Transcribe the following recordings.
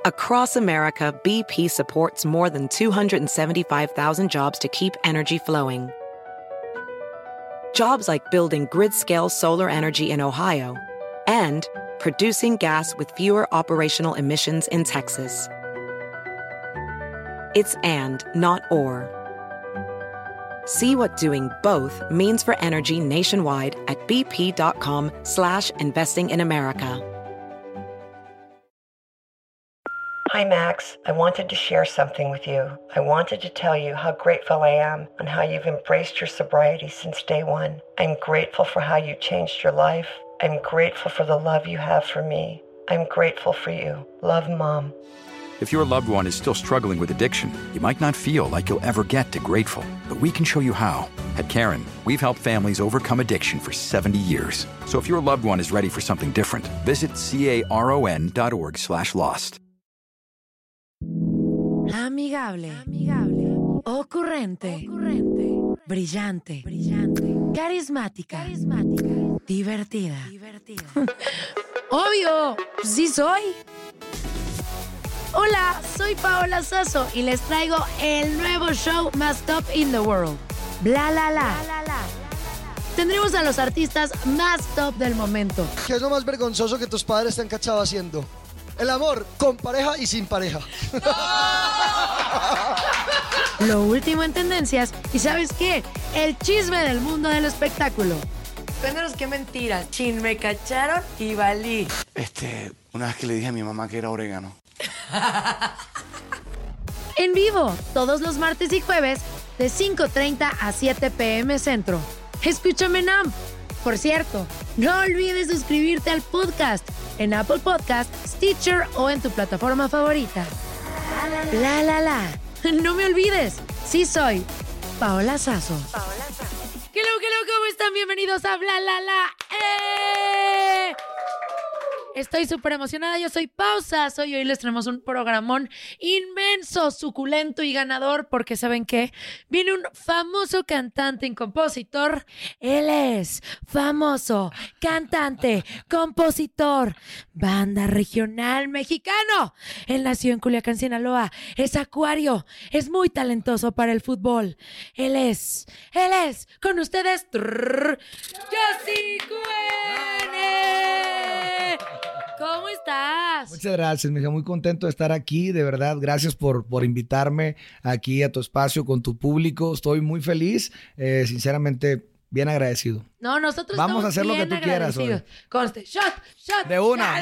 Across America, BP supports more than 275,000 jobs to keep energy flowing. Jobs like building grid-scale solar energy in Ohio and producing gas with fewer operational emissions in Texas. It's and, not or. See what doing both means for energy nationwide at bp.com/investing in America. Hi, Max. I wanted to share something with you. I wanted to tell you how grateful I am and how you've embraced your sobriety since day one. I'm grateful for how you changed your life. I'm grateful for the love you have for me. I'm grateful for you. Love, Mom. If your loved one is still struggling with addiction, you might not feel like you'll ever get to grateful, but we can show you how. At Caron, we've helped families overcome addiction for 70 years. So if your loved one is ready for something different, visit caron.org/lost. Amigable. Ocurrente. Brillante. Carismática. Divertida. Obvio, sí soy. Hola, soy Paola Sasso y les traigo el nuevo show más top in the world. Bla la la. Tendremos a los artistas más top del momento. ¿Qué es lo más vergonzoso que tus padres te han cachado haciendo? El amor, con pareja y sin pareja. Lo último en tendencias y ¿sabes qué? El chisme del mundo del espectáculo. Cuéntanos qué mentiras. Chin, me cacharon y valí. Una vez que le dije a mi mamá que era orégano. En vivo, todos los martes y jueves, de 5:30 a 7 p.m. Centro. Escúchame en AMP. Por cierto, no olvides suscribirte al podcast en Apple Podcast, Stitcher o en tu plataforma favorita. La la la. No me olvides, sí soy Paola Sasso. ¿Qué lo, cómo están? Bienvenidos a Bla La La. Estoy súper emocionada, yo soy Pau Sasso y hoy les traemos un programón inmenso, suculento y ganador porque ¿saben qué? Viene un famoso cantante y compositor. Él es famoso cantante, compositor, banda regional mexicano. Él nació en Culiacán, Sinaloa, es acuario, es muy talentoso para el fútbol. Él es con ustedes, Yossi Cuene. ¿Cómo estás? Muchas gracias, mija. Muy contento de estar aquí, de verdad. Gracias por invitarme aquí a tu espacio con tu público. Estoy muy feliz, sinceramente, bien agradecido. No, nosotros vamos a hacer lo que tú quieras hoy. Conste, shot. De una.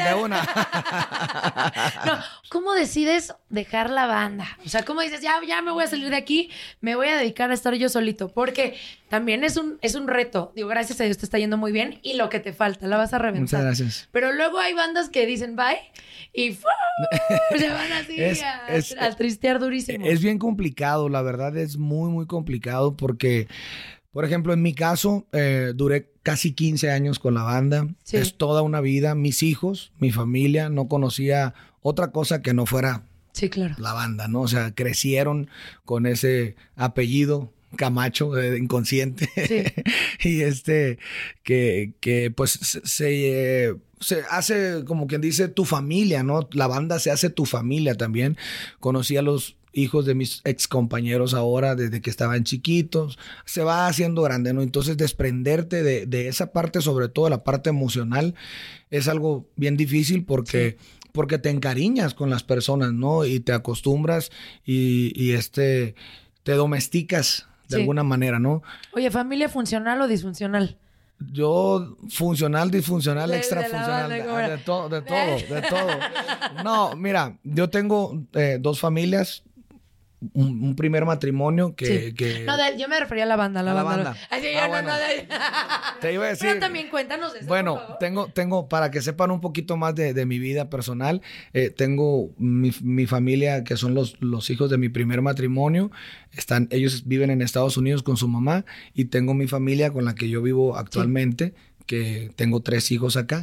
No, ¿cómo decides dejar la banda? O sea, ¿cómo dices, ya me voy a salir de aquí, me voy a dedicar a estar yo solito? Porque también es un reto. Digo, gracias a Dios te está yendo muy bien y lo que te falta, la vas a reventar. Muchas gracias. Pero luego hay bandas que dicen bye y se van así a tristear durísimo. Es bien complicado, la verdad es muy, muy complicado porque... Por ejemplo, en mi caso, duré casi 15 años con la banda. Sí. Es toda una vida. Mis hijos, mi familia, no conocía otra cosa que no fuera la banda, ¿no? O sea, crecieron con ese apellido Camacho, inconsciente. Sí. Y que pues se hace, como quien dice, tu familia, ¿no? La banda se hace tu familia también. Conocí a los hijos de mis ex compañeros ahora desde que estaban chiquitos, se va haciendo grande, ¿no? Entonces desprenderte de esa parte, sobre todo la parte emocional, es algo bien difícil porque te encariñas con las personas, ¿no? Y te acostumbras y te domesticas de alguna manera, ¿no? Oye, ¿familia funcional o disfuncional? Yo, funcional, disfuncional, extrafuncional, de todo. No, mira, yo tengo 2 familias. Un primer matrimonio que... No, yo me refería a la banda. La banda. Así, bueno. Te iba a decir... Pero también cuéntanos de eso, bueno, tengo, para que sepan un poquito más de mi vida personal, tengo mi familia, que son los hijos de mi primer matrimonio. Ellos viven en Estados Unidos con su mamá. Y tengo mi familia con la que yo vivo actualmente, que tengo 3 hijos acá.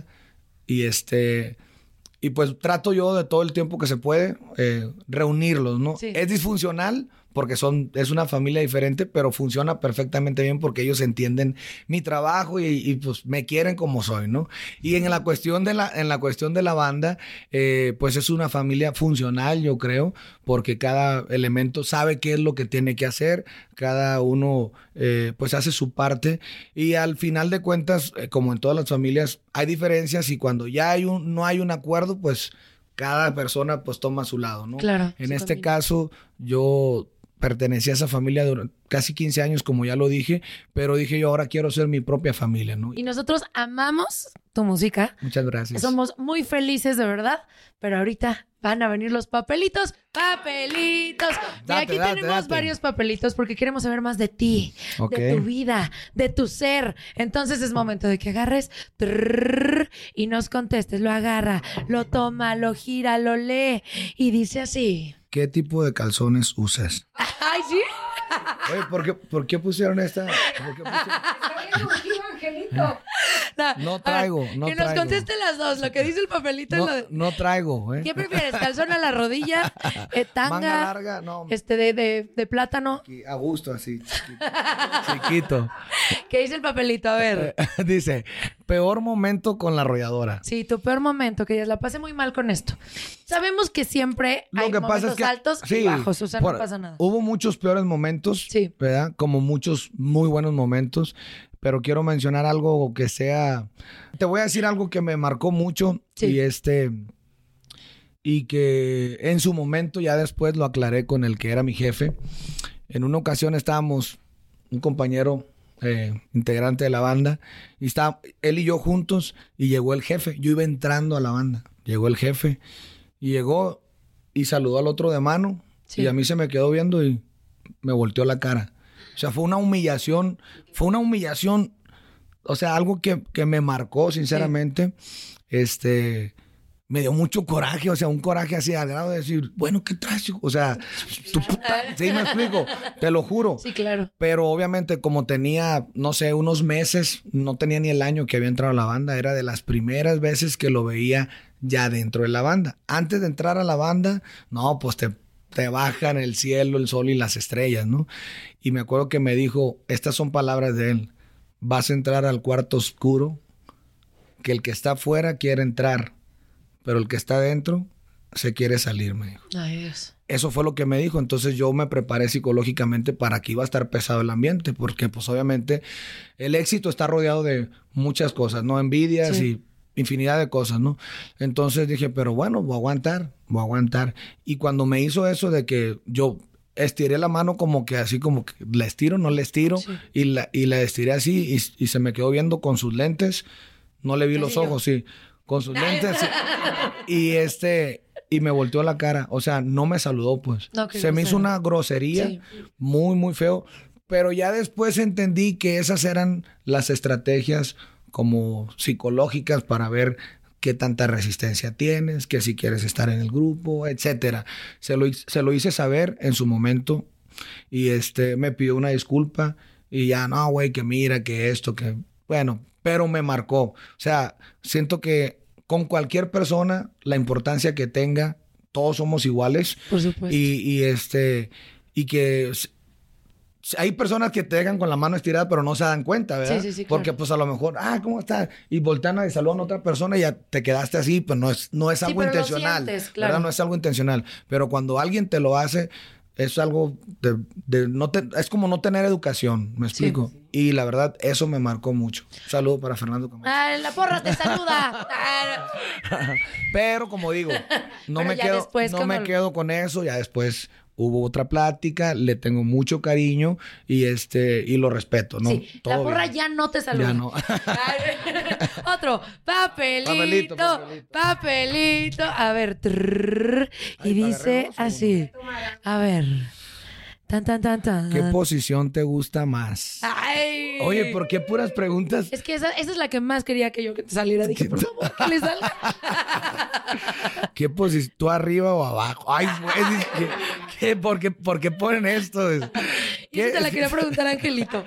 Y pues trato yo de todo el tiempo que se puede reunirlos, ¿no? Sí. Es disfuncional porque es una familia diferente, pero funciona perfectamente bien porque ellos entienden mi trabajo y pues me quieren como soy, ¿no? Y en la cuestión de la banda, pues es una familia funcional, yo creo, porque cada elemento sabe qué es lo que tiene que hacer, cada uno pues hace su parte y al final de cuentas, como en todas las familias, hay diferencias y cuando ya no hay un acuerdo, pues cada persona pues toma su lado, ¿no? Claro. En este caso, yo pertenecía a esa familia durante casi 15 años, como ya lo dije, pero dije yo ahora quiero ser mi propia familia, ¿no? Y nosotros amamos tu música. Muchas gracias. Somos muy felices, de verdad, pero ahorita van a venir los papelitos. ¡Papelitos! Y aquí tenemos varios papelitos porque queremos saber más de ti, de tu vida, de tu ser. Entonces es momento de que agarres y nos contestes. Lo agarra, lo toma, lo gira, lo lee y dice así. ¿Qué tipo de calzones usas? ¡Ay, sí! Oye, ¿por qué pusieron esta? Angelito. No traigo, que nos conteste las dos, lo que dice el papelito. No traigo, ¿Qué prefieres? ¿Calzón a la rodilla? ¿Tanga? Manga larga, no. De plátano. A gusto, así, chiquito. ¿Qué dice el papelito? A ver. Dice, peor momento con la arrolladora. Sí, tu peor momento, que ya la pasé muy mal con esto. Sabemos que siempre hay momentos altos y bajos, o sea, no pasa nada. Hubo muchos peores momentos, ¿verdad? Como muchos muy buenos momentos, pero quiero mencionar algo que sea... Te voy a decir algo que me marcó mucho y que en su momento ya después lo aclaré con el que era mi jefe. En una ocasión estábamos, un compañero integrante de la banda, y estaba él y yo juntos y llegó el jefe. Yo iba entrando a la banda, llegó el jefe y llegó y saludó al otro de mano y a mí se me quedó viendo y me volteó la cara. O sea, fue una humillación, o sea, algo que me marcó, sinceramente. Me dio mucho coraje, o sea, un coraje así al grado de decir, bueno, ¿qué traes? O sea, sí me explico, te lo juro. Sí, claro. Pero obviamente como tenía, no sé, unos meses, no tenía ni el año que había entrado a la banda, era de las primeras veces que lo veía ya dentro de la banda. Antes de entrar a la banda, no, pues te bajan el cielo, el sol y las estrellas, ¿no? Y me acuerdo que me dijo, estas son palabras de él, vas a entrar al cuarto oscuro, que el que está afuera quiere entrar, pero el que está adentro se quiere salir, me dijo. Ay, Dios. Eso fue lo que me dijo. Entonces yo me preparé psicológicamente para que iba a estar pesado el ambiente, porque pues obviamente el éxito está rodeado de muchas cosas, ¿no? Envidias y infinidad de cosas, ¿no? Entonces dije, pero bueno, voy a aguantar. Y cuando me hizo eso de que yo estiré la mano como que así, como que la estiro, no la estiro, y la estiré así y se me quedó viendo con sus lentes. No le vi los ojos, con sus lentes. Y me volteó la cara. O sea, no me saludó, pues. No, se me hizo una grosería muy, muy feo. Pero ya después entendí que esas eran las estrategias como psicológicas para ver qué tanta resistencia tienes, que si quieres estar en el grupo, etcétera. Se lo hice saber en su momento y me pidió una disculpa y ya, no, güey, que mira, que esto, que... Bueno, pero me marcó. O sea, siento que con cualquier persona, la importancia que tenga, todos somos iguales. Por supuesto. Y que hay personas que te dejan con la mano estirada, pero no se dan cuenta, ¿verdad? Sí, claro. Porque pues a lo mejor, ¿cómo estás? Y voltean y saludan a otra persona y ya te quedaste así, pues no es algo intencional. Lo sientes, claro. ¿Verdad? No es algo intencional. Pero cuando alguien te lo hace, es algo es como no tener educación, ¿me explico? Sí. Y la verdad, eso me marcó mucho. Un saludo para Fernando Camacho. La porra te saluda. Pero como digo, no me quedo con eso. Ya después hubo otra plática, le tengo mucho cariño y lo respeto, ¿no? Sí, la porra bien. Ya no te saluda. Ya no. Otro, papelito. A ver, y dice así. A ver. Tan. ¿Qué posición te gusta más? Ay. Oye, ¿por qué puras preguntas? Es que esa es la que más quería que te saliera. Dije, por favor, que le salga. ¿Qué posición? ¿Tú arriba o abajo? Ay, güey, ¿por qué ponen esto? Y te la quería preguntar a Angelito.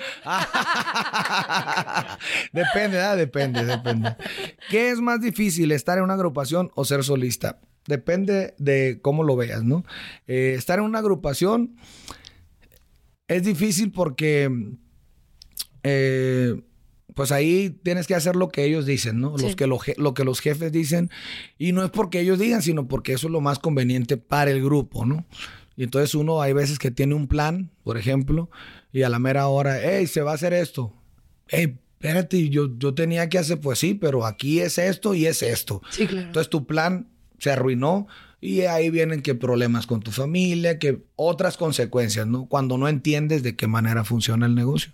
Depende. ¿Qué es más difícil, estar en una agrupación o ser solista? Depende de cómo lo veas, ¿no? Estar en una agrupación es difícil porque pues ahí tienes que hacer lo que ellos dicen, ¿no? Sí. Lo que los jefes dicen. Y no es porque ellos digan, sino porque eso es lo más conveniente para el grupo, ¿no? Y entonces uno hay veces que tiene un plan, por ejemplo, y a la mera hora, hey, se va a hacer esto. Hey, espérate, yo tenía que hacer, pues sí, pero aquí es esto y es esto. Sí, claro. Entonces tu plan se arruinó y ahí vienen que problemas con tu familia, que otras consecuencias, ¿no? Cuando no entiendes de qué manera funciona el negocio.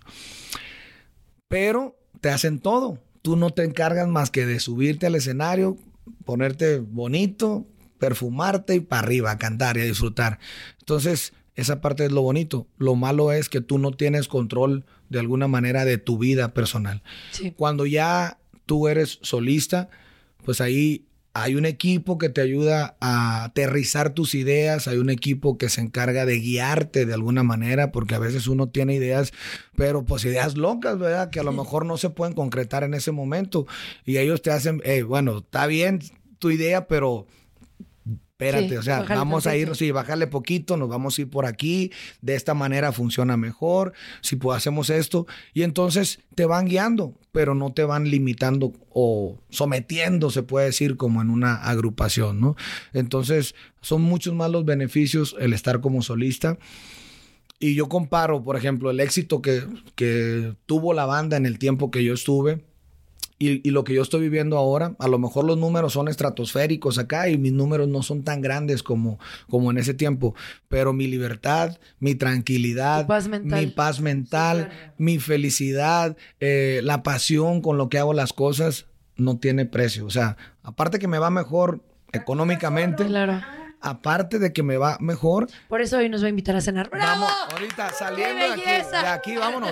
Pero te hacen todo. Tú no te encargas más que de subirte al escenario, ponerte bonito, perfumarte y para arriba, a cantar y a disfrutar. Entonces, esa parte es lo bonito. Lo malo es que tú no tienes control de alguna manera de tu vida personal. Sí. Cuando ya tú eres solista, pues ahí hay un equipo que te ayuda a aterrizar tus ideas, hay un equipo que se encarga de guiarte de alguna manera, porque a veces uno tiene ideas, pero pues ideas locas, ¿verdad? Que a lo mejor no se pueden concretar en ese momento. Y ellos te hacen, bueno, está bien tu idea, pero espérate, Sí, o sea, bájale vamos a tantito. ir, sí, bájale poquito, nos vamos a ir por aquí, de esta manera funciona mejor, si pues hacemos esto, y entonces te van guiando, pero no te van limitando o sometiendo, se puede decir, como en una agrupación, ¿no? Entonces, son muchos más los beneficios el estar como solista. Y yo comparo, por ejemplo, el éxito que tuvo la banda en el tiempo que yo estuve, y lo que yo estoy viviendo ahora. A lo mejor los números son estratosféricos acá y mis números no son tan grandes como en ese tiempo. Pero mi libertad, mi tranquilidad, Tu paz mental. mi paz mental, Sí, claro. mi felicidad, la pasión con lo que hago las cosas, no tiene precio. O sea, aparte que me va mejor económicamente, Claro. aparte de que me va mejor, Por eso hoy nos va a invitar a cenar. ¡Bravo! vamos, ahorita saliendo ¡Qué de aquí, belleza! de aquí vámonos.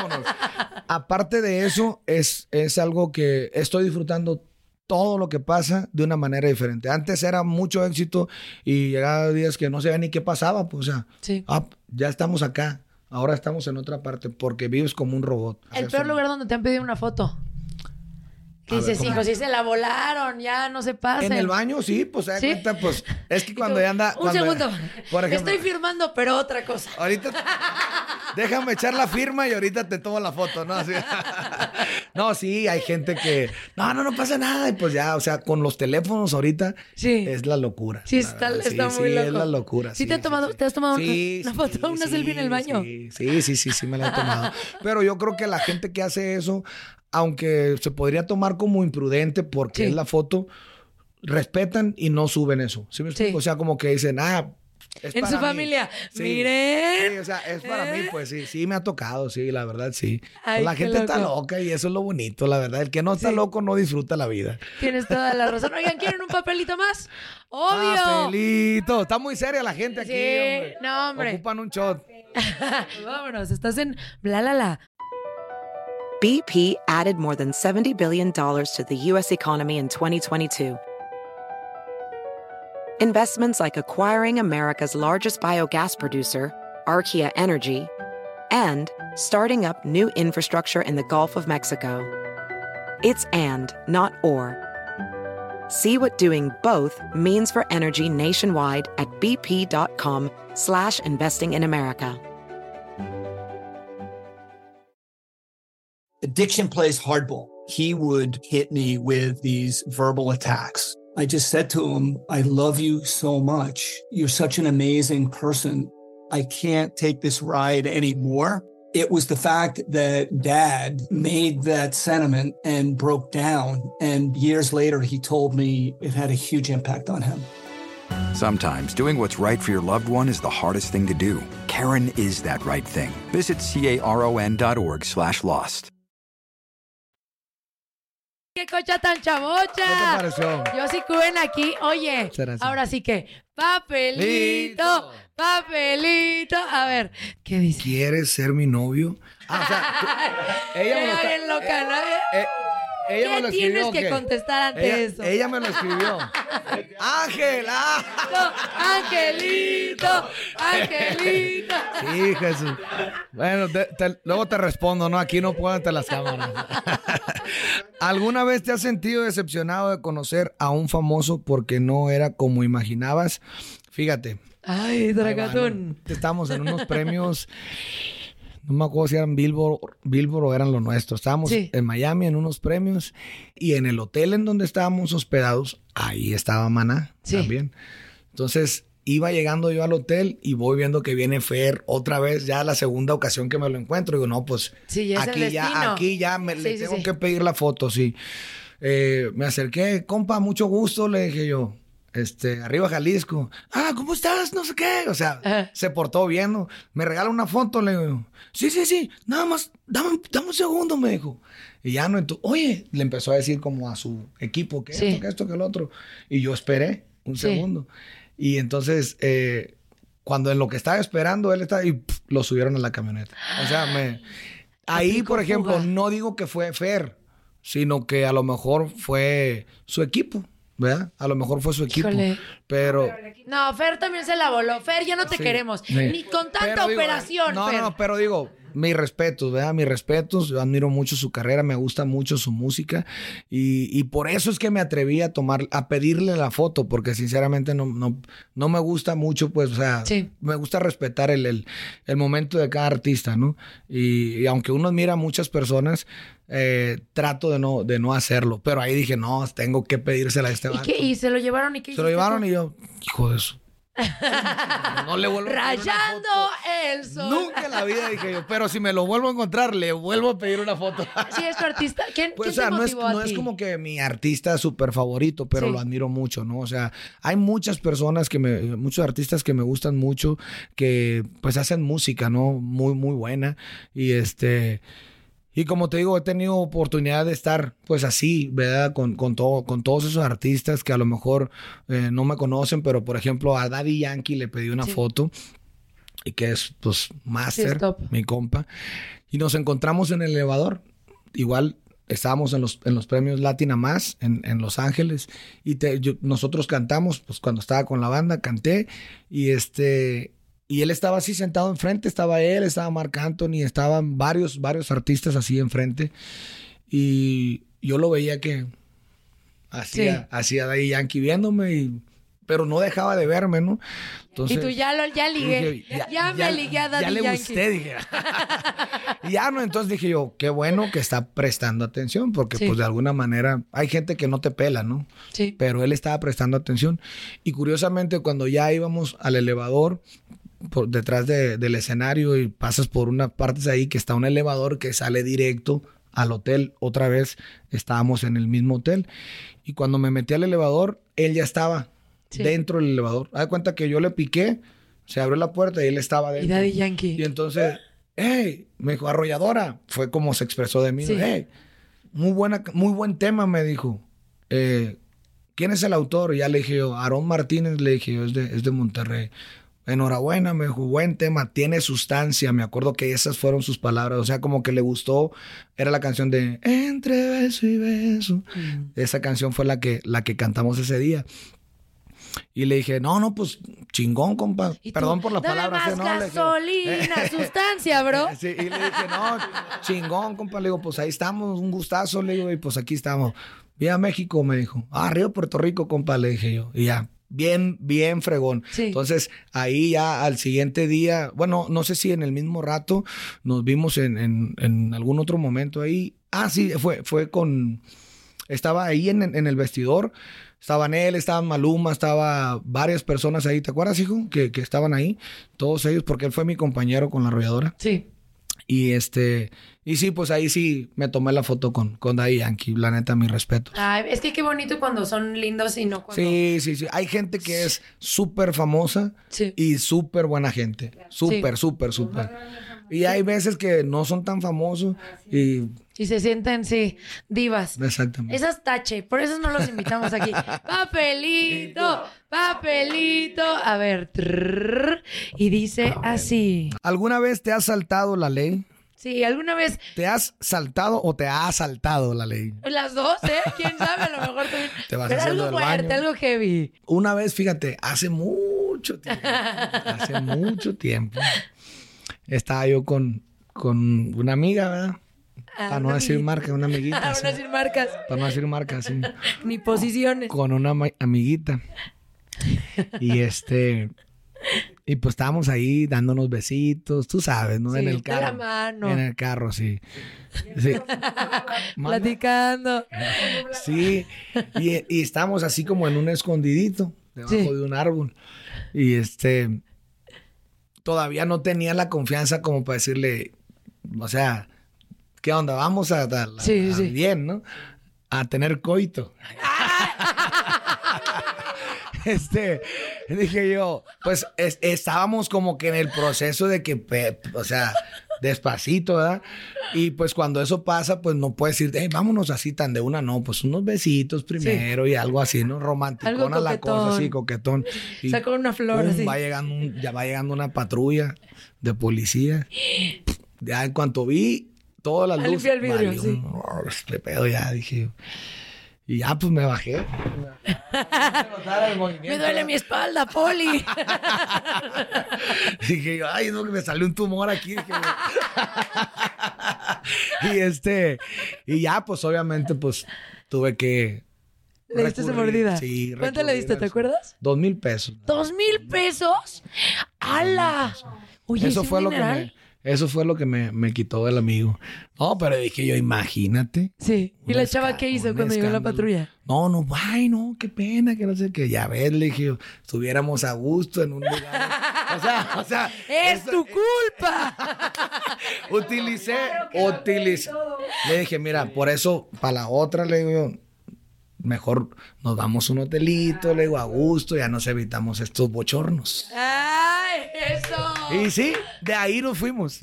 Aparte de eso, es algo que estoy disfrutando todo lo que pasa de una manera diferente. Antes era mucho éxito y llegaba días que no sabía ni qué pasaba, pues, o sea, Sí. ya estamos acá, ahora estamos en otra parte porque vives como un robot. El Eso peor no. lugar donde te han pedido una foto. Que A ver, dices, ¿cómo? hijo, si se la volaron, ya no se pasen. En el baño, sí, pues se da ¿Sí? cuenta, pues, es que Y cuando tú, ya anda... Un cuando- segundo. Por ejemplo, Estoy firmando, pero otra cosa. ahorita déjame echar la firma y ahorita te tomo la foto, ¿no? Así. No, sí, hay gente que no pasa nada. Y pues ya, o sea, con los teléfonos ahorita Sí. es la locura. Sí, la está verdad. muy sí, loco. es la locura. ¿Sí te has tomado- te has tomado Sí, una foto, una selfie en el baño? Sí, me la he tomado. Pero yo creo que la gente que hace eso, aunque se podría tomar como imprudente porque Sí. es la foto, respetan y no suben eso. ¿Sí me explico? Sí. O sea, como que dicen, es En para su mí. familia. Sí. Miren. Sí, o sea, es para mí, pues sí me ha tocado, sí, la verdad, sí. Ay, La qué gente está loco. loca y eso es lo bonito, la verdad. El que no está Sí. loco no disfruta la vida. Tienes toda la razón. Oigan, ¿quieren un papelito más? ¡Obvio! Papelito. Está muy seria la gente aquí, Sí, hombre. no, hombre. Ocupan un shot. Vámonos, estás en Bla La La. BP added more than $70 billion to the U.S. economy in 2022. Investments like acquiring America's largest biogas producer, Archaea Energy, and starting up new infrastructure in the Gulf of Mexico. It's and, not or. See what doing both means for energy nationwide at bp.com/investing in America. Addiction plays hardball. He would hit me with these verbal attacks. I just said to him, I love you so much. You're such an amazing person. I can't take this ride anymore. It was the fact that Dad made that sentiment and broke down. And years later, he told me it had a huge impact on him. Sometimes doing what's right for your loved one is the hardest thing to do. Karen is that right thing. Visit caron.org/lost. ¡Qué cocha tan chabocha! ¿Qué te pareció? Yo sí cuben aquí. Oye, Será así. ahora sí que papelito, papelito. A ver, ¿qué dice? ¿Quieres ser mi novio? O sea, ella me lo está- Bien loca, ¿no? ella me lo tienes escribió, que ¿qué? contestar ante eso? Ella me lo escribió. Ángel, Angelito, Angelito. Sí, Jesús. Bueno, luego te respondo, ¿no? Aquí no puedo ante las cámaras. ¿Alguna vez te has sentido decepcionado de conocer a un famoso porque no era como imaginabas? Fíjate. Ay, Dragatón. Estábamos en unos premios, no me acuerdo si eran Billboard o eran lo nuestro. Estábamos en Miami en unos premios y en el hotel en donde estábamos hospedados, ahí estaba Maná también. Entonces iba llegando yo al hotel y voy viendo que viene Fer otra vez, ya la segunda ocasión que me lo encuentro. Digo, no, pues ya aquí ya le tengo que pedir la foto, sí. Me acerqué, compa, mucho gusto, le dije yo. Arriba Jalisco. ¿Cómo estás? No sé qué. O sea, se portó bien, ¿no? Me regala una foto, le digo. Sí. Nada más, dame un segundo, me dijo. Y ya no, entonces, oye, le empezó a decir como a su equipo, que esto, que el otro. Y yo esperé un segundo. Y entonces, cuando en lo que estaba esperando, él estaba y lo subieron a la camioneta. O sea, ahí, por ejemplo, no digo que fue Fer, sino que a lo mejor fue su equipo. ¿Verdad? A lo mejor fue su equipo. Híjole. Pero... No, Fer también se la voló. Fer, ya no te queremos. Ni con tanta operación, Fer. No, pero digo, mis respetos, ¿verdad? Mis respetos. Yo admiro mucho su carrera, me gusta mucho su música. Y por eso es que me atreví a pedirle la foto, porque sinceramente no me gusta mucho, pues, o sea, me gusta respetar el momento de cada artista, ¿no? Y aunque uno admira a muchas personas, trato de no hacerlo. Pero ahí dije, no, tengo que pedírsela a este vato. ¿Y se lo llevaron? ¿Y qué se lo llevaron y yo, hijo de eso. No le vuelvo a pedir Rayando el sol. Nunca en la vida dije yo, pero si me lo vuelvo a encontrar, le vuelvo a pedir una foto. Sí, es tu artista. ¿Quién pues, te motivó a ti? No es como que mi artista súper favorito, pero lo admiro mucho, ¿no? O sea, hay muchas personas muchos artistas que me gustan mucho, que pues hacen música, ¿no? Muy, muy buena. Y como te digo, he tenido oportunidad de estar pues así, ¿verdad? Con todos esos artistas que a lo mejor no me conocen, pero por ejemplo a Daddy Yankee le pedí una foto, y que es pues máster, mi compa, y nos encontramos en el elevador. Igual estábamos en los premios Latina Más en Los Ángeles, y nosotros cantamos, pues cuando estaba con la banda canté, y él estaba así sentado enfrente, estaba él, estaba Marc Anthony, estaban varios artistas así enfrente. Y yo lo veía que hacía Daddy Yankee viéndome, pero no dejaba de verme, ¿no? Entonces, y tú ya ligué. Ya me ligué a Daddy Yankee. Ya le gusté, dije. Y ya no, entonces dije yo, qué bueno que está prestando atención, porque pues de alguna manera hay gente que no te pela, ¿no? Sí. Pero él estaba prestando atención. Y curiosamente, cuando ya íbamos al elevador, por detrás del escenario, y pasas por unas partes ahí que está un elevador que sale directo al hotel. Otra vez estábamos en el mismo hotel, y cuando me metí al elevador, él ya estaba dentro del elevador. Haz de cuenta que yo le piqué, se abrió la puerta y él estaba dentro. Y Daddy Yankee. Y entonces, hey, me dijo, arrolladora. Fue como se expresó de mí. Sí. Hey, muy buen tema, me dijo. ¿Quién es el autor? Y ya le dije yo, Aarón Martínez, le dije yo, es de Monterrey. Enhorabuena, me dijo, buen tema, tiene sustancia. Me acuerdo que esas fueron sus palabras. O sea, como que le gustó. Era la canción de Entre beso y beso. Esa canción fue la que cantamos ese día. Y le dije, no, pues chingón, compa. Perdón por las palabras. Dame más gasolina, sustancia, bro. Sí, y le dije, no, chingón, compa. Le digo, pues ahí estamos, un gustazo. Le digo, y pues aquí estamos. Viva México, me dijo. Río Puerto Rico, compa, le dije yo. Y ya. Bien fregón. Sí. Entonces, ahí ya al siguiente día, bueno, no sé si en el mismo rato nos vimos en algún otro momento ahí. Sí, fue con... Estaba ahí en el vestidor, estaban él, estaban Maluma, estaba varias personas ahí. ¿Te acuerdas, hijo? Que estaban ahí, todos ellos, porque él fue mi compañero con la arrolladora. Sí. Y y sí, pues ahí sí me tomé la foto con Daddy Yankee. La neta, mis respetos. Ay, es que qué bonito cuando son lindos y no cuando... Sí. Hay gente que es súper famosa y súper buena gente. Súper. Y hay veces que no son tan famosos y se sienten, divas. Exactamente. Esas tache, por eso no los invitamos aquí. Papelito. A ver. Y dice así. ¿Alguna vez te has saltado la ley? Sí, alguna vez. ¿Te has saltado o te ha asaltado la ley? Las dos, ¿eh? ¿Quién sabe? A lo mejor también. Te vas Pero haciendo algo del fuerte, baño. algo heavy. Una vez, fíjate, hace mucho tiempo, estaba yo con una amiga, ¿verdad? Para no decir marca, una amiguita. Para no decir marcas. Para no decir marca, sí. Ni posiciones. Con una amiguita. Y y pues estábamos ahí dándonos besitos, tú sabes, ¿no? Sí, en el de la carro. mano. En el carro, sí. Platicando. Sí. Y estábamos así como en un escondidito, debajo de un árbol. Y todavía no tenía la confianza como para decirle, o sea, ¿qué onda? Vamos a bien, ¿no? A tener coito. Dije yo, pues estábamos como que en el proceso de que, o sea, despacito, ¿verdad? Y pues cuando eso pasa, pues no puedes decir, vámonos así tan de una, no, pues unos besitos primero y algo así, ¿no? Romanticona la cosa, así, coquetón. Y sacó una flor así. Ya va llegando una patrulla de policía. Ya en cuanto vi todas las luces, limpiar el vidrio, sí. Este pedo ya, dije yo. Y ya, pues me bajé. Me duele mi espalda, Poli. Dije yo, ay, no, que me salió un tumor aquí. Y ya, pues obviamente, pues tuve que... ¿Le diste esa mordida? Sí. ¿Cuánto le diste, te acuerdas? 2,000 pesos. ¿2,000 pesos? ¡Hala! Oye, Eso fue lo que me quitó el amigo. No, pero dije yo, imagínate. Sí. ¿Y la chava qué hizo cuando llegó la patrulla? No, ay, no, qué pena, que no sé qué. Ya ves, le dije yo, estuviéramos a gusto en un lugar. O sea. ¡Es tu culpa! Utilicé. Le dije, mira, por eso, para la otra, le digo yo, mejor nos vamos a un hotelito, le digo, a gusto, ya nos evitamos estos bochornos. ¡Ay, eso! Y sí, de ahí nos fuimos.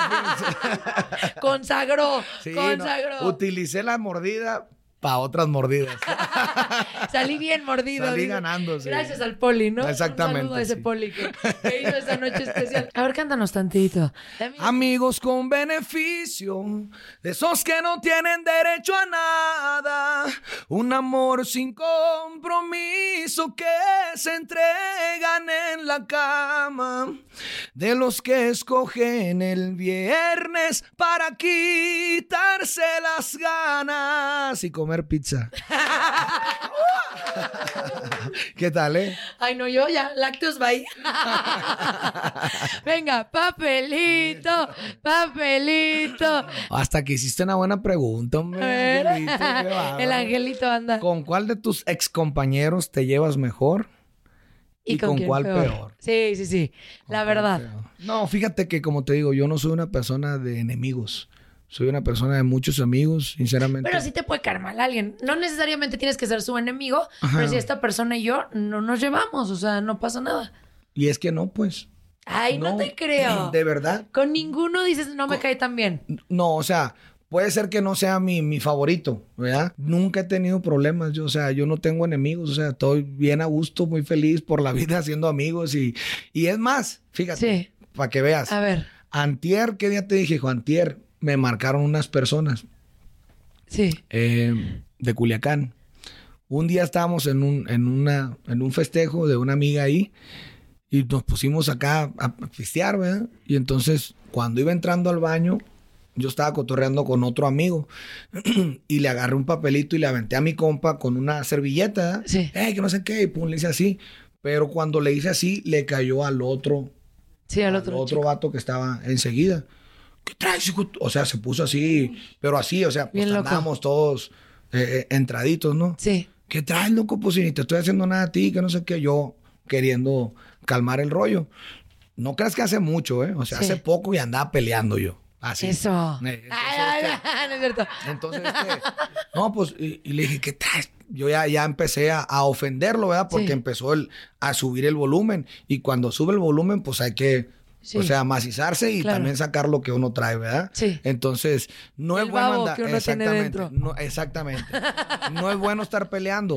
Consagró. No, utilicé la mordida para otras mordidas. Salí bien mordido. Salí ganando, sí. Gracias al Poli, ¿no? Exactamente. Un saludo a ese Poli que hizo esa noche especial. A ver, cántanos tantito. Amigos con beneficio, de esos que no tienen derecho a nada. Un amor sin compromiso que se entregan en la cama. De los que escogen el viernes para quitarse las ganas y comer pizza. ¿Qué tal, Ay, no, yo ya, lácteos bye. Venga, papelito. Hasta que hiciste una buena pregunta, hombre. Angelito, el angelito anda. ¿Con cuál de tus excompañeros te llevas mejor? ¿Y con cuál peor? Sí. La verdad. No, fíjate que como te digo, yo no soy una persona de enemigos. Soy una persona de muchos amigos, sinceramente. Pero sí te puede caer mal alguien. No necesariamente tienes que ser su enemigo, pero si esta persona y yo no nos llevamos, o sea, no pasa nada. Y es que no, pues. Ay, no te creo. ¿De verdad? Con ninguno dices, no me cae tan bien. No, o sea, puede ser que no sea mi favorito, ¿verdad? Nunca he tenido problemas. Yo no tengo enemigos. O sea, estoy bien a gusto, muy feliz por la vida haciendo amigos. Y es más, fíjate, para que veas. A ver. Antier, ¿qué día te dije, hijo? Antier me marcaron unas personas. Sí. De Culiacán. Un día estábamos en un festejo de una amiga ahí y nos pusimos acá a pistear, ¿verdad? Y entonces, cuando iba entrando al baño, yo estaba cotorreando con otro amigo y le agarré un papelito y le aventé a mi compa con una servilleta, ¿verdad? Sí. Que no sé qué, y pum, le hice así. Pero cuando le hice así, le cayó al otro. Sí, al otro vato que estaba enseguida. ¿Qué traes, hijo? O sea, se puso así, pero así, o sea, pues andábamos todos entraditos, ¿no? Sí. ¿Qué traes, loco? Pues si ni te estoy haciendo nada a ti, que no sé qué, yo queriendo calmar el rollo. No creas que hace mucho, O sea, hace poco y andaba peleando yo. Así. Eso. No es cierto. Entonces, no, pues, y le dije, ¿qué traes? Yo ya empecé a ofenderlo, ¿verdad? Porque empezó a subir el volumen. Y cuando sube el volumen, pues hay que... Sí. O sea, macizarse y también sacar lo que uno trae, ¿verdad? Sí. Entonces, no es bueno andar... que uno tiene dentro. No, exactamente. No es bueno estar peleando,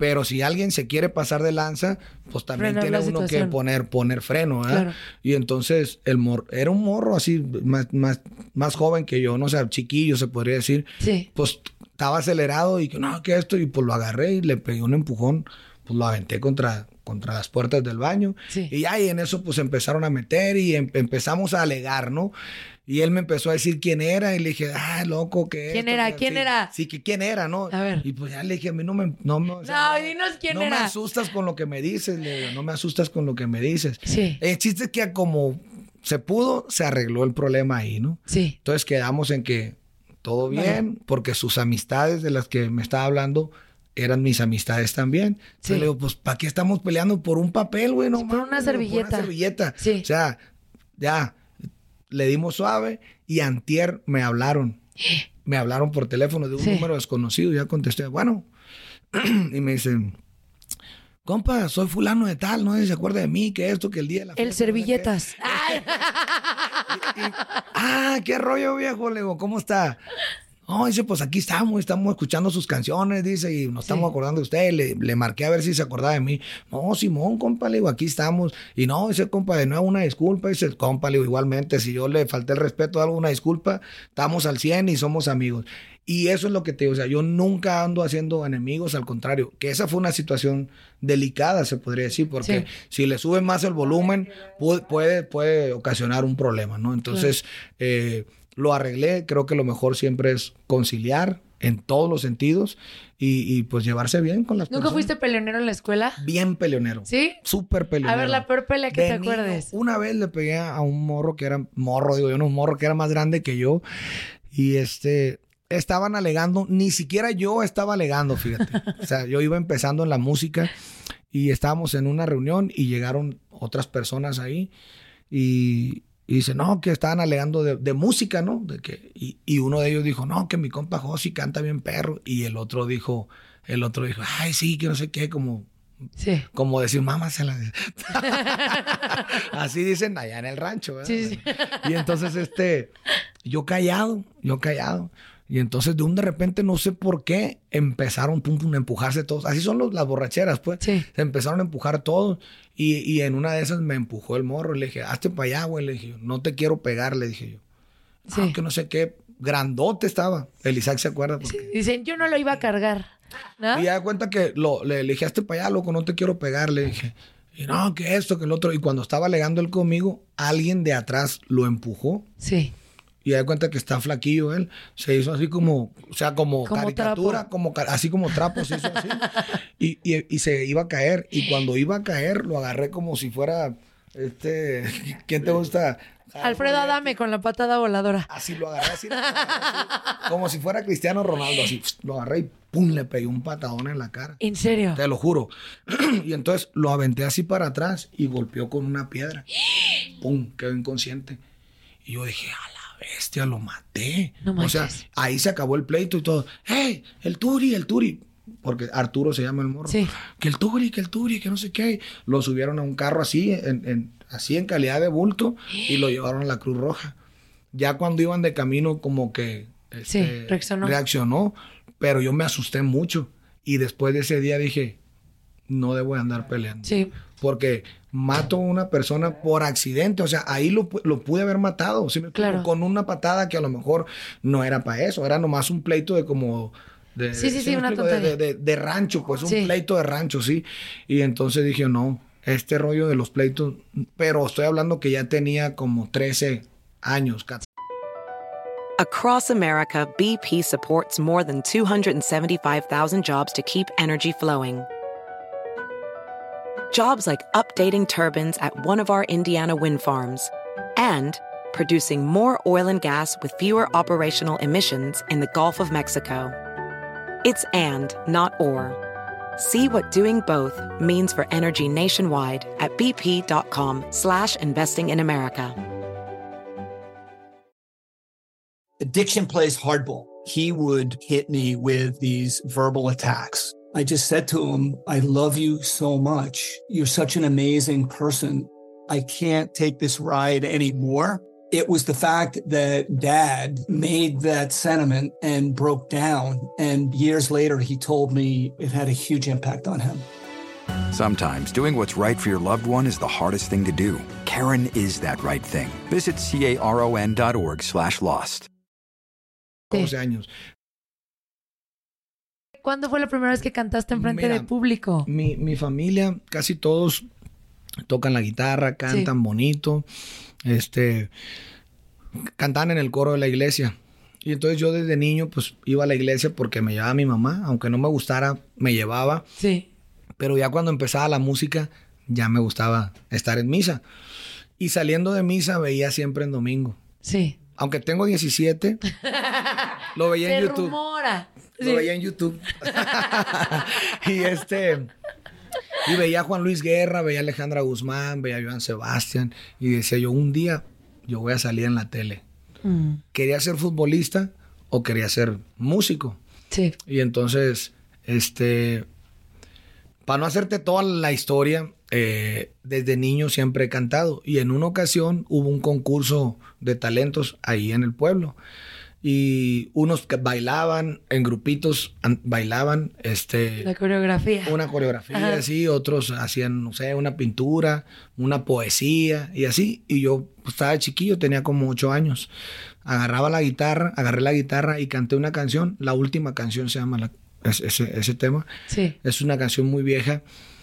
Pero si alguien se quiere pasar de lanza, pues también Frenar tiene la uno situación. que poner freno, ¿verdad? Claro. Y entonces era un morro así, más joven que yo, no sé, chiquillo se podría decir. Sí. Pues estaba acelerado y que no, que esto, y pues lo agarré y le pegué un empujón, pues lo aventé contra las puertas del baño. Sí. Y ya, y en eso pues empezaron a meter y empezamos a alegar, ¿no? Y él me empezó a decir quién era y le dije, loco, ¿qué es? ¿Quién era? ¿Quién era? Sí, que quién era, ¿no? A ver. Y pues ya le dije, a mí no, dinos quién no era. me asustas con lo que me dices, le digo, no me asustas con lo que me dices. Sí. El chiste es que como se pudo, se arregló el problema ahí, ¿no? Sí. Entonces quedamos en que todo bien, porque sus amistades de las que me estaba hablando eran mis amistades también. Entonces le digo, pues, ¿para qué estamos peleando por un papel, güey? No, Sí, por una servilleta. Por una servilleta. Sí. O sea, ya, le dimos suave y antier me hablaron. Me hablaron por teléfono de un número desconocido. Ya contesté, bueno. Y me dicen, compa, soy fulano de tal, no sé si se acuerda de mí, que esto, que el día de la fiesta. El servilletas. ¿Qué rollo, viejo? Le digo, ¿cómo está? No, dice, pues aquí estamos escuchando sus canciones, dice, y nos estamos acordando de usted. Le marqué a ver si se acordaba de mí. No, Simón, compa, le digo, aquí estamos. Y no, dice, compa, de nuevo una disculpa. Dice, compa, le digo, igualmente, si yo le falté el respeto a algo, una disculpa. Estamos al 100 y somos amigos. Y eso es lo que te digo, o sea, yo nunca ando haciendo enemigos, al contrario, que esa fue una situación delicada, se podría decir, porque si le suben más el volumen, puede ocasionar un problema, ¿no? Entonces, lo arreglé. Creo que lo mejor siempre es conciliar en todos los sentidos y pues llevarse bien con las personas. ¿Nunca fuiste peleonero en la escuela? Bien peleonero. ¿Sí? Súper peleonero. A ver, la peor pelea que te acuerdes. Una vez le pegué a un morro que era un morro que era más grande que yo y estaban alegando, ni siquiera yo estaba alegando, fíjate. O sea, yo iba empezando en la música y estábamos en una reunión y llegaron otras personas ahí y dice, no, que estaban alegando de música, ¿no? Y uno de ellos dijo, no, que mi compa Josi canta bien perro. Y el otro dijo, ay, sí, que no sé qué, como decir, mamá se la... Así dicen allá en el rancho, ¿verdad? Sí. Y entonces, yo callado. Y entonces de repente, no sé por qué, empezaron a empujarse todos. Así son las borracheras, pues. Sí. Se empezaron a empujar todos. Y en una de esas me empujó el morro. Le dije, hazte para allá, güey. Le dije, no te quiero pegar, le dije yo. Sí. Que no sé qué. Grandote estaba. El Isaac se acuerda. Sí. Dicen, yo no lo iba a cargar, ¿no? Y ya da cuenta que le dije, hazte para allá, loco, no te quiero pegar. Le dije, y no, que esto, que el otro. Y cuando estaba alegando él conmigo, alguien de atrás lo empujó. Sí. Y da cuenta que está flaquillo él. Se hizo así como caricatura, trapo. Así como trapo, se hizo así. y se iba a caer. Y cuando iba a caer, lo agarré como si fuera, ¿quién te gusta? Alfredo Adame con la patada voladora. Así lo agarré, así, como si fuera Cristiano Ronaldo, así. Lo agarré y pum, le pegué un patadón en la cara. ¿En serio? Te lo juro. Y entonces lo aventé así para atrás y golpeó con una piedra. Pum, quedó inconsciente. Y yo dije, a la bestia, lo maté. No manches. O sea, ahí se acabó el pleito y todo. ¡Hey! El Turi. Porque Arturo se llama el morro. Sí. Que el Turi, que no sé qué. Lo subieron a un carro así, así en calidad de bulto, y lo llevaron a la Cruz Roja. Ya cuando iban de camino, como que reaccionó. Pero yo me asusté mucho. Y después de ese día dije, no debo de andar peleando. Sí. Porque mato a una persona por accidente. O sea, ahí lo pude haber matado. ¿Sí me explico? Claro. Con una patada que a lo mejor no era para eso. Era nomás un pleito de como... Sí, una tontería. De rancho, pues un pleito de rancho, sí. Y entonces dije, no, este rollo de los pleitos... Pero estoy hablando que ya tenía como 13 años. Across America, BP supports more than 275,000 jobs to keep energy flowing. Jobs like updating turbines at one of our Indiana wind farms and producing more oil and gas with fewer operational emissions in the Gulf of Mexico. It's and, not or. See what doing both means for energy nationwide at bp.com/investing in America. Addiction plays hardball. He would hit me with these verbal attacks. I just said to him, I love you so much. You're such an amazing person. I can't take this ride anymore. It was the fact that Dad made that sentiment and broke down. And years later, he told me it had a huge impact on him. Sometimes doing what's right for your loved one is the hardest thing to do. Karen is that right thing. Visit caron.org/lost. 12 años. ¿Cuándo fue la primera vez que cantaste enfrente Mira, de público? Mi familia, casi todos tocan la guitarra, cantan bonito. Cantaban en el coro de la iglesia. Y entonces yo desde niño pues iba a la iglesia porque me llevaba mi mamá. Aunque no me gustara, me llevaba. Sí. Pero ya cuando empezaba la música, ya me gustaba estar en misa. Y saliendo de misa veía siempre en domingo. Sí. Aunque tengo 17, lo veía en YouTube. Rumora. Lo veía en YouTube. Y veía a Juan Luis Guerra, veía a Alejandra Guzmán, veía a Joan Sebastián. Y decía yo, un día yo voy a salir en la tele. ¿Quería ser futbolista o quería ser músico? Sí. Y entonces, para no hacerte toda la historia, desde niño siempre he cantado. Y en una ocasión hubo un concurso de talentos ahí en el pueblo. Y unos que bailaban en grupitos, bailaban la coreografía. Una coreografía, así. Otros hacían, no sé, una pintura, una poesía y así. Y yo pues, estaba chiquillo, tenía como 8 años. Agarré la guitarra y canté una canción. La última canción se llama ese tema. Sí. Es una canción muy vieja.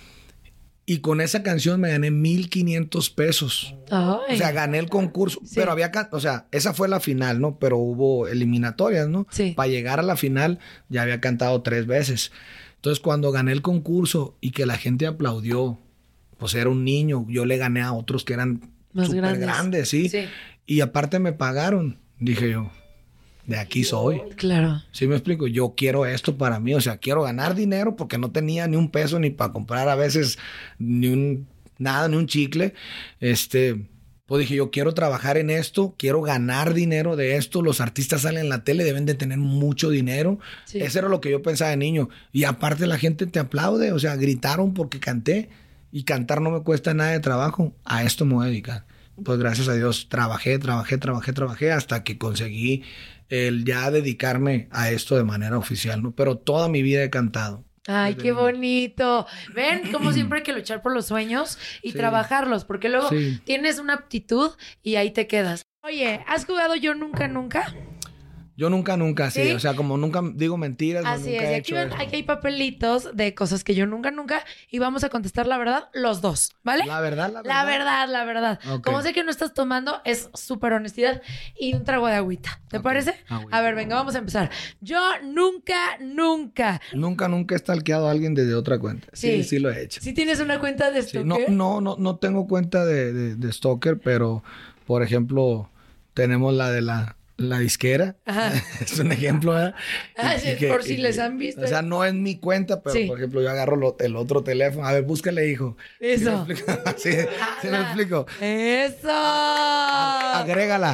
Y con esa canción me gané 1,500 pesos. Ay. O sea, gané el concurso. Sí. Pero esa fue la final, ¿no? Pero hubo eliminatorias, ¿no? Sí. Para llegar a la final ya había cantado 3 veces. Entonces, cuando gané el concurso y que la gente aplaudió, pues era un niño. Yo le gané a otros que eran súper grandes, ¿sí? Y aparte me pagaron. Dije yo, de aquí soy. Claro. ¿Sí me explico? Yo quiero esto para mí. O sea, quiero ganar dinero porque no tenía ni un peso ni para comprar a veces ni un chicle. Pues dije, yo quiero trabajar en esto, quiero ganar dinero de esto. Los artistas salen en la tele, deben de tener mucho dinero. Sí. Eso era lo que yo pensaba de niño. Y aparte la gente te aplaude. O sea, gritaron porque canté. Y cantar no me cuesta nada de trabajo. A esto me voy a dedicar. Pues gracias a Dios trabajé hasta que conseguí el ya dedicarme a esto de manera oficial, ¿no? Pero toda mi vida he cantado. Ay, qué bonito. Ven, como siempre hay que luchar por los sueños y trabajarlos, porque luego tienes una aptitud y ahí te quedas. Oye, ¿has jugado Yo Nunca Nunca? Yo nunca, sí. O sea, como nunca digo mentiras. Así nunca es. He Aquí, hecho aquí hay papelitos de cosas que yo nunca. Y vamos a contestar la verdad los dos, ¿vale? La verdad. La verdad. Okay. Como sé que no estás tomando, es súper honestidad y un trago de agüita. ¿Te parece? Agüita. A ver, venga, vamos a empezar. Yo nunca. Nunca he stalkeado a alguien desde otra cuenta. Sí, lo he hecho. ¿Sí tienes una cuenta de stalker? Sí. No tengo cuenta de stalker, pero, por ejemplo, tenemos la de la disquera. Ajá. Es un ejemplo, ¿verdad? Por si les han visto. O sea, no es mi cuenta, pero por ejemplo, yo agarro el otro teléfono. A ver, búscale, hijo. Eso. ¿Sí me explico? Eso. Agrégala.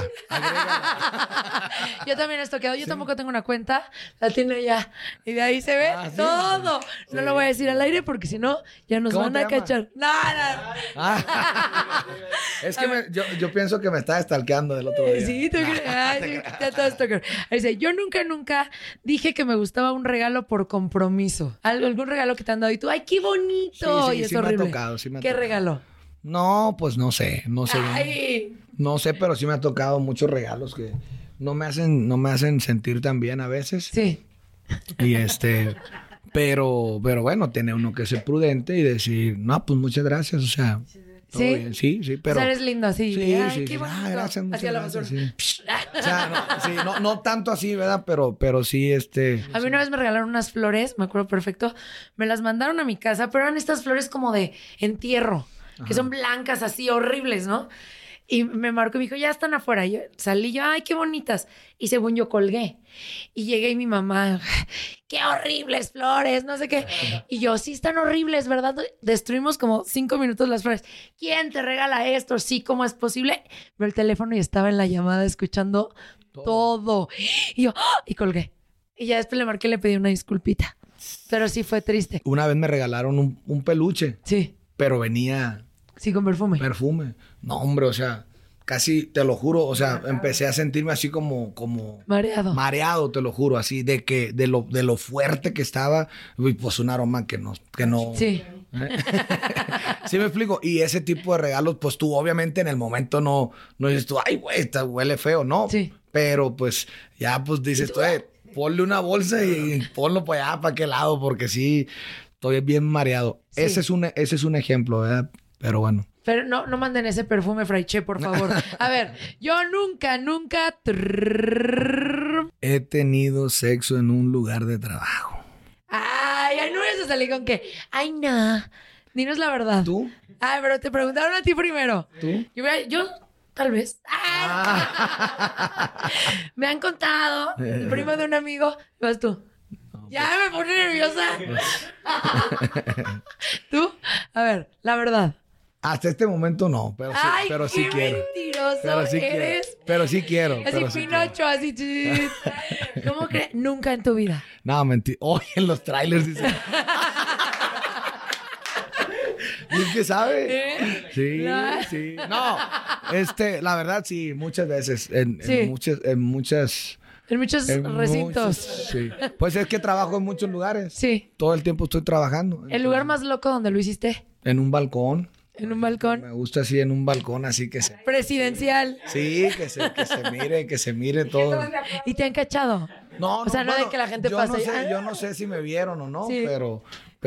Yo también he estoqueado. Yo tampoco tengo una cuenta. La tiene ya. Y de ahí se ve todo. No lo voy a decir al aire porque si no, ya nos van a cachar. No. Es que yo pienso que me estaba stalkeando del otro día. Sí, tú crees. Dice, yo nunca dije que me gustaba un regalo por compromiso. Algún regalo que te han dado y tú, ¡ay, qué bonito! Y es horrible. Me ha tocado, ¿Qué regalo? No, pues no sé. Ay. No sé, pero sí me ha tocado muchos regalos que no me hacen sentir tan bien a veces. Sí. Y pero bueno, tiene uno que ser prudente y decir, no, pues muchas gracias, o sea... ¿Sí? Sí, pero... O sea, eres lindo así. Sí, ay, qué bonito. Gracias, muchas hacia gracias. La sí. O sea, no tanto así, ¿verdad? Pero sí, A mí una vez me regalaron unas flores, me acuerdo perfecto. Me las mandaron a mi casa, pero eran estas flores como de entierro, que son blancas así, horribles, ¿no? Y me marcó y me dijo, ya están afuera. Y yo salí, ay, qué bonitas. Y según yo colgué. Y llegué y mi mamá, qué horribles flores, no sé qué. Y yo, sí están horribles, ¿verdad? Destruimos como 5 minutos las flores. ¿Quién te regala esto? Sí, ¿cómo es posible? Veo el teléfono y estaba en la llamada escuchando todo. Y yo, y colgué. Y ya después le marqué y le pedí una disculpita. Pero sí fue triste. Una vez me regalaron un peluche. Sí. Pero venía... Sí, con perfume. No, hombre, o sea, casi, te lo juro, o sea, empecé a sentirme así como mareado, te lo juro, así de lo fuerte que estaba, y pues un aroma que no. Sí. ¿Sí me explico? Y ese tipo de regalos, pues tú obviamente en el momento no dices tú, ay, güey, huele feo, ¿no? Sí. Pero pues ya pues dices tú, ponle una bolsa y ponlo para allá, para aquel lado, porque sí, estoy bien mareado. Sí. Ese es un ejemplo, ¿verdad? Pero bueno. Pero no manden ese perfume Fraiche, por favor. A ver, yo nunca... He tenido sexo en un lugar de trabajo. Ay, no vas a salir con que... Ay, no. Dinos la verdad. ¿Tú? Ay, pero te preguntaron a ti primero. ¿Tú? Yo tal vez. Me han contado. El primo de un amigo. Vas tú. Ya me pone nerviosa. ¿Tú? A ver, la verdad. Hasta este momento no, pero sí, Ay, pero sí qué quiero. mentiroso Pero sí eres. quiero. Pero sí quiero. Así pero sí Pinocho, quiero. así. ¿Cómo crees? Nunca en tu vida. No, mentira. Oye, en los trailers dice. ¿Y es que sabe? Sí, sí. No, la verdad sí, muchas veces. En muchos recintos. Sí. Pues es que trabajo en muchos lugares. Sí. Todo el tiempo estoy trabajando. ¿El lugar más loco donde lo hiciste? En un balcón. ¿En un balcón? Me gusta así en un balcón, así que se... Presidencial. Sí, que se mire todo. ¿Y te han cachado? No, o sea, no de que la gente pase. Yo no sé si me vieron o no, sí. pero...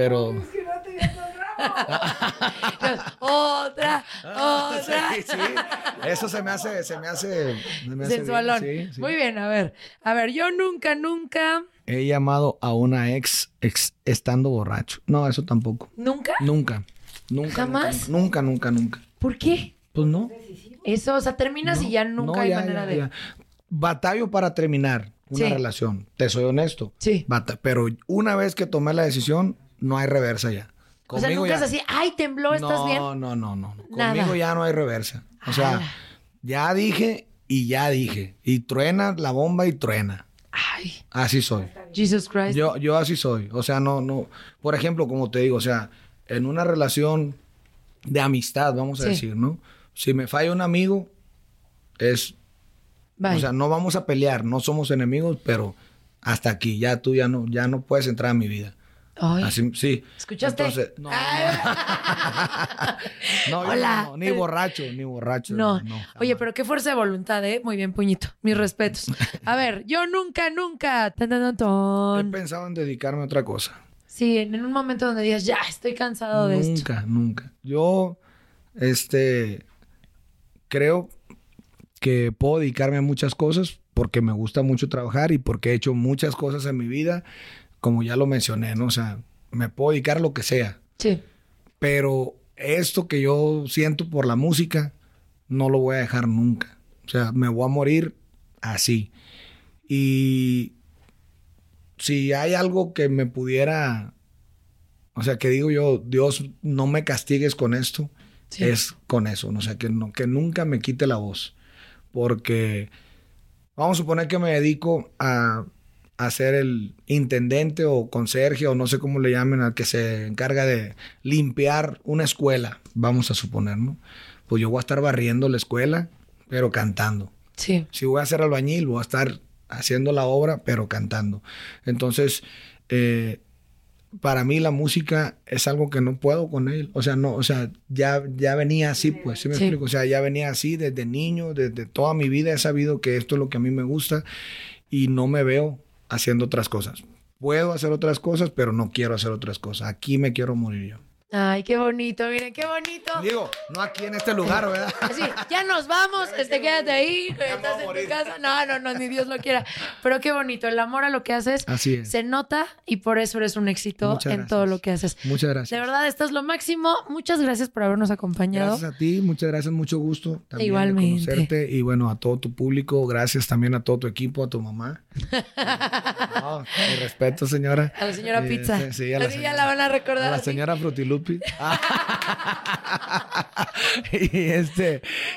Otra. Sí. Eso se me hace sensualón. Bien. Sí. Muy bien, a ver, yo nunca. He llamado a una ex estando borracho. No, eso tampoco. ¿Nunca? Nunca. ¿Jamás? Nunca. ¿Por qué? Pues no. Eso, o sea, terminas y ya nunca hay manera de... Ya. Batallo para terminar una relación. Te soy honesto. Sí. Pero una vez que tomé la decisión, no hay reversa ya. O sea, nunca es así, ay, tembló, ¿estás bien? No. Nada. Conmigo ya no hay reversa. O sea, ya dije y ya dije. Y truena la bomba y truena. Ay. Así soy. Jesus Christ. Yo así soy. O sea, no. Por ejemplo, como te digo, o sea, en una relación de amistad, vamos a decir, ¿no? Si me falla un amigo, es... Bye. O sea, no vamos a pelear, no somos enemigos, pero hasta aquí. Ya tú ya no puedes entrar a mi vida. Ay. Así, sí. ¿Escuchaste? Entonces, no. Hola. No, ni borracho. No. Oye, pero qué fuerza de voluntad, ¿eh? Muy bien, puñito. Mis respetos. A ver, yo nunca. He pensado en dedicarme a otra cosa. Sí, en un momento donde digas, ya, estoy cansado de esto. Nunca. Yo, creo que puedo dedicarme a muchas cosas porque me gusta mucho trabajar y porque he hecho muchas cosas en mi vida, como ya lo mencioné, ¿no? O sea, me puedo dedicar a lo que sea. Sí. Pero esto que yo siento por la música, no lo voy a dejar nunca. O sea, me voy a morir así. Y si hay algo que me pudiera... O sea, que digo yo, Dios, no me castigues con esto, es con eso. ¿No? O sea, que nunca me quite la voz. Porque vamos a suponer que me dedico a ser el intendente o conserje o no sé cómo le llamen al que se encarga de limpiar una escuela, vamos a suponer, ¿no? Pues yo voy a estar barriendo la escuela, pero cantando. Sí. Si voy a ser albañil, voy a estar haciendo la obra, pero cantando. Entonces, para mí la música es algo que no puedo con él. O sea, no, o sea, ya venía así, pues, ¿sí me explico? O sea, ya venía así desde niño, desde toda mi vida he sabido que esto es lo que a mí me gusta y no me veo haciendo otras cosas. Puedo hacer otras cosas, pero no quiero hacer otras cosas. Aquí me quiero morir yo. Ay, qué bonito, miren, qué bonito. Digo, no aquí en este lugar, ¿verdad? Así, ya nos vamos, quédate ahí, estás en tu casa. No, ni Dios lo quiera. Pero qué bonito, el amor a lo que haces Así es. se nota y por eso eres un éxito en todo lo que haces. Muchas gracias. De verdad, estás lo máximo. Muchas gracias por habernos acompañado. Gracias a ti, muchas gracias, mucho gusto también igualmente de conocerte y bueno, a todo tu público, gracias también a todo tu equipo, a tu mamá. No, mi respeto, señora. A la señora Pizza. Sí, a ya la van a recordar. A la señora Frutilupi.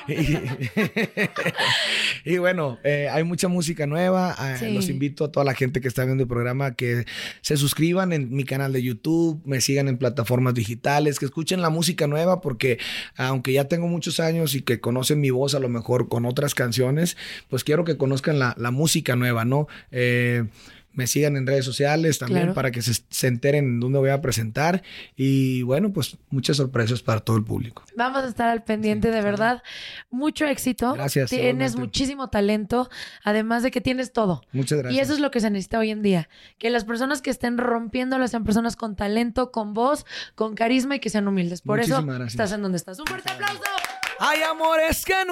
Y bueno, hay mucha música nueva. Sí. Los invito a toda la gente que está viendo el programa que se suscriban en mi canal de YouTube, me sigan en plataformas digitales, que escuchen la música nueva, porque aunque ya tengo muchos años y que conocen mi voz a lo mejor con otras canciones, pues quiero que conozcan la música nueva, ¿no? Me sigan en redes sociales también, claro, para que se enteren dónde voy a presentar. Y bueno, pues muchas sorpresas para todo el público. Vamos a estar al pendiente, sí, de verdad. Mucho éxito. Gracias. Tienes muchísimo talento, además de que tienes todo. Muchas gracias. Y eso es lo que se necesita hoy en día. Que las personas que estén rompiéndolas sean personas con talento, con voz, con carisma y que sean humildes. Por eso estás en donde estás. ¡Un fuerte aplauso! Hay amores que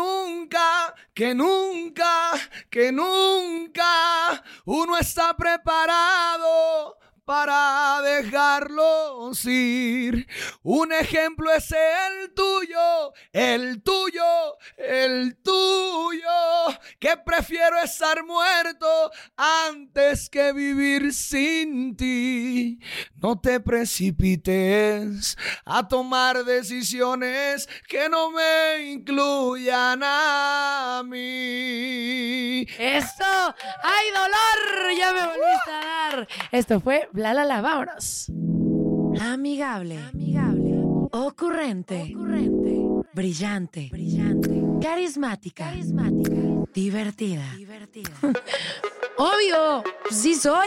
nunca uno está preparado para dejarlos ir. Un ejemplo es el tuyo, que prefiero estar muerto antes que vivir sin ti. No te precipites a tomar decisiones que no me incluyan a mí. ¡Eso! ¡Ay, dolor! Ya me volviste a dar. Esto fue Bla La La. Vámonos. Amigable. Ocurrente. Brillante. Carismática. Divertida. Obvio, sí soy.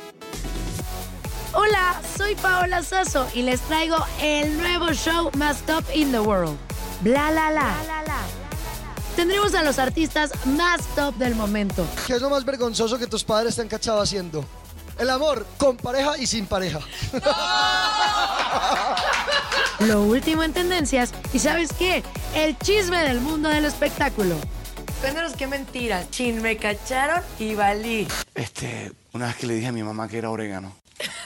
Hola, soy Paola Sasso y les traigo el nuevo show más top in the world, Bla La La. Tendremos a los artistas más top del momento. ¿Qué es lo más vergonzoso que tus padres te han cachado haciendo? El amor con pareja y sin pareja. Lo último en tendencias y ¿sabes qué? El chisme del mundo del espectáculo. Cuéntanos qué mentiras. Chin, me cacharon y valí. Una vez que le dije a mi mamá que era orégano.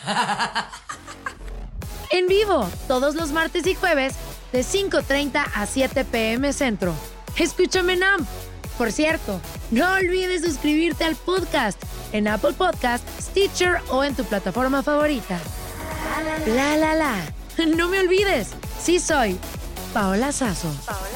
En vivo, todos los martes y jueves, de 5:30 a 7 p.m. Centro. Escúchame en AMP. Por cierto, no olvides suscribirte al podcast en Apple Podcast, Stitcher o en tu plataforma favorita. La La La. No me olvides, sí soy Paola Sasso.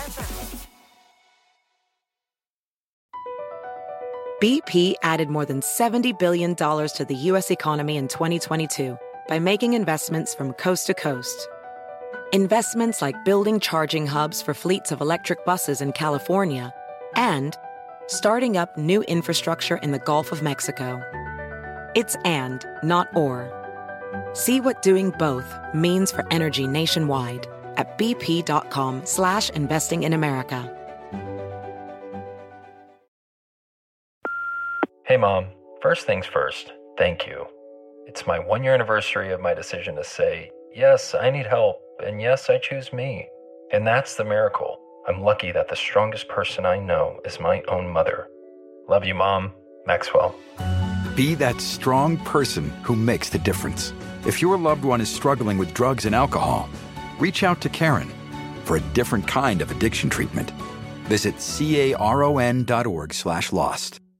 BP added more than $70 billion to the U.S. economy in 2022 by making investments from coast to coast. Investments like building charging hubs for fleets of electric buses in California and starting up new infrastructure in the Gulf of Mexico. It's and, not or. See what doing both means for energy nationwide at bp.com/investing in America. Hey, Mom. First things first, thank you. It's my 1-year anniversary of my decision to say, yes, I need help, and yes, I choose me. And that's the miracle. I'm lucky that the strongest person I know is my own mother. Love you, Mom. Maxwell. Be that strong person who makes the difference. If your loved one is struggling with drugs and alcohol, reach out to Karen for a different kind of addiction treatment. Visit caron.org/lost.